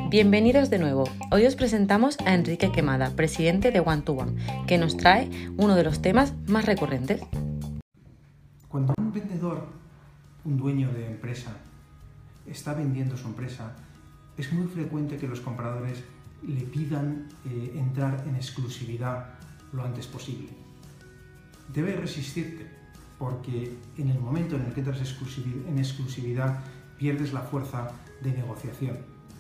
Bienvenidos de nuevo. Hoy os presentamos a Enrique Quemada, presidente de One to One, que nos trae uno de los temas más recurrentes. Cuando un vendedor, un dueño de empresa, está vendiendo su empresa, es muy frecuente que los compradores le pidan entrar en exclusividad lo antes posible. Debes resistirte, porque en el momento en el que entras en exclusividad pierdes la fuerza de negociación.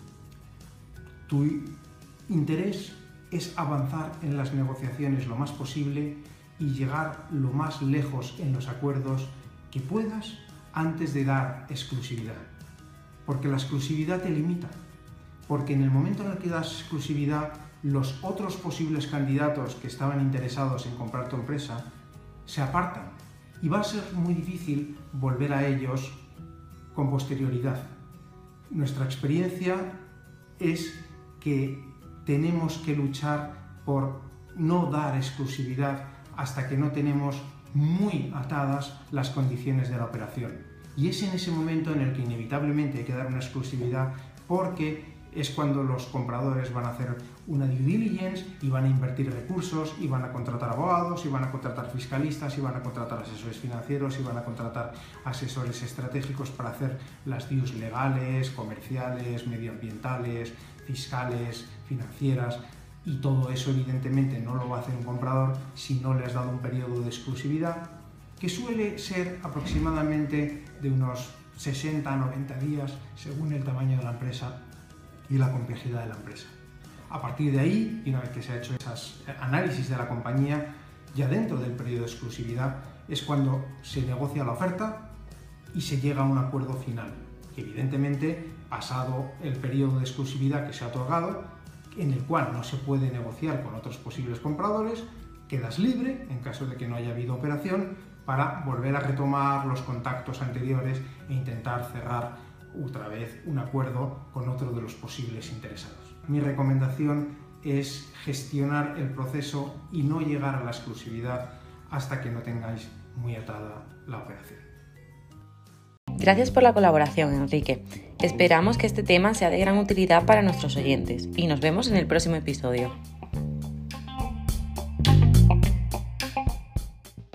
Tu interés es avanzar en las negociaciones lo más posible y llegar lo más lejos en los acuerdos que puedas antes de dar exclusividad. Porque la exclusividad te limita. Porque en el momento en el que das exclusividad, los otros posibles candidatos que estaban interesados en comprar tu empresa se apartan y va a ser muy difícil volver a ellos con posterioridad. Nuestra experiencia es que tenemos que luchar por no dar exclusividad hasta que no tenemos muy atadas las condiciones de la operación. Y es en ese momento en el que inevitablemente hay que dar una exclusividad, porque es cuando los compradores van a hacer una due diligence y van a invertir recursos y van a contratar abogados y van a contratar fiscalistas y van a contratar asesores financieros y van a contratar asesores estratégicos para hacer las dues legales, comerciales, medioambientales, fiscales, financieras, y todo eso evidentemente no lo va a hacer un comprador si no le has dado un periodo de exclusividad que suele ser aproximadamente de unos 60 a 90 días según el tamaño de la empresa y la complejidad de la empresa. A partir de ahí, y una vez que se ha hecho esos análisis de la compañía, ya dentro del periodo de exclusividad es cuando se negocia la oferta y se llega a un acuerdo final. Y evidentemente, pasado el periodo de exclusividad que se ha otorgado, en el cual no se puede negociar con otros posibles compradores, quedas libre, en caso de que no haya habido operación, para volver a retomar los contactos anteriores e intentar cerrar otra vez un acuerdo con otro de los posibles interesados. Mi recomendación es gestionar el proceso y no llegar a la exclusividad hasta que no tengáis muy atada la operación. Gracias por la colaboración, Enrique. Esperamos que este tema sea de gran utilidad para nuestros oyentes y nos vemos en el próximo episodio.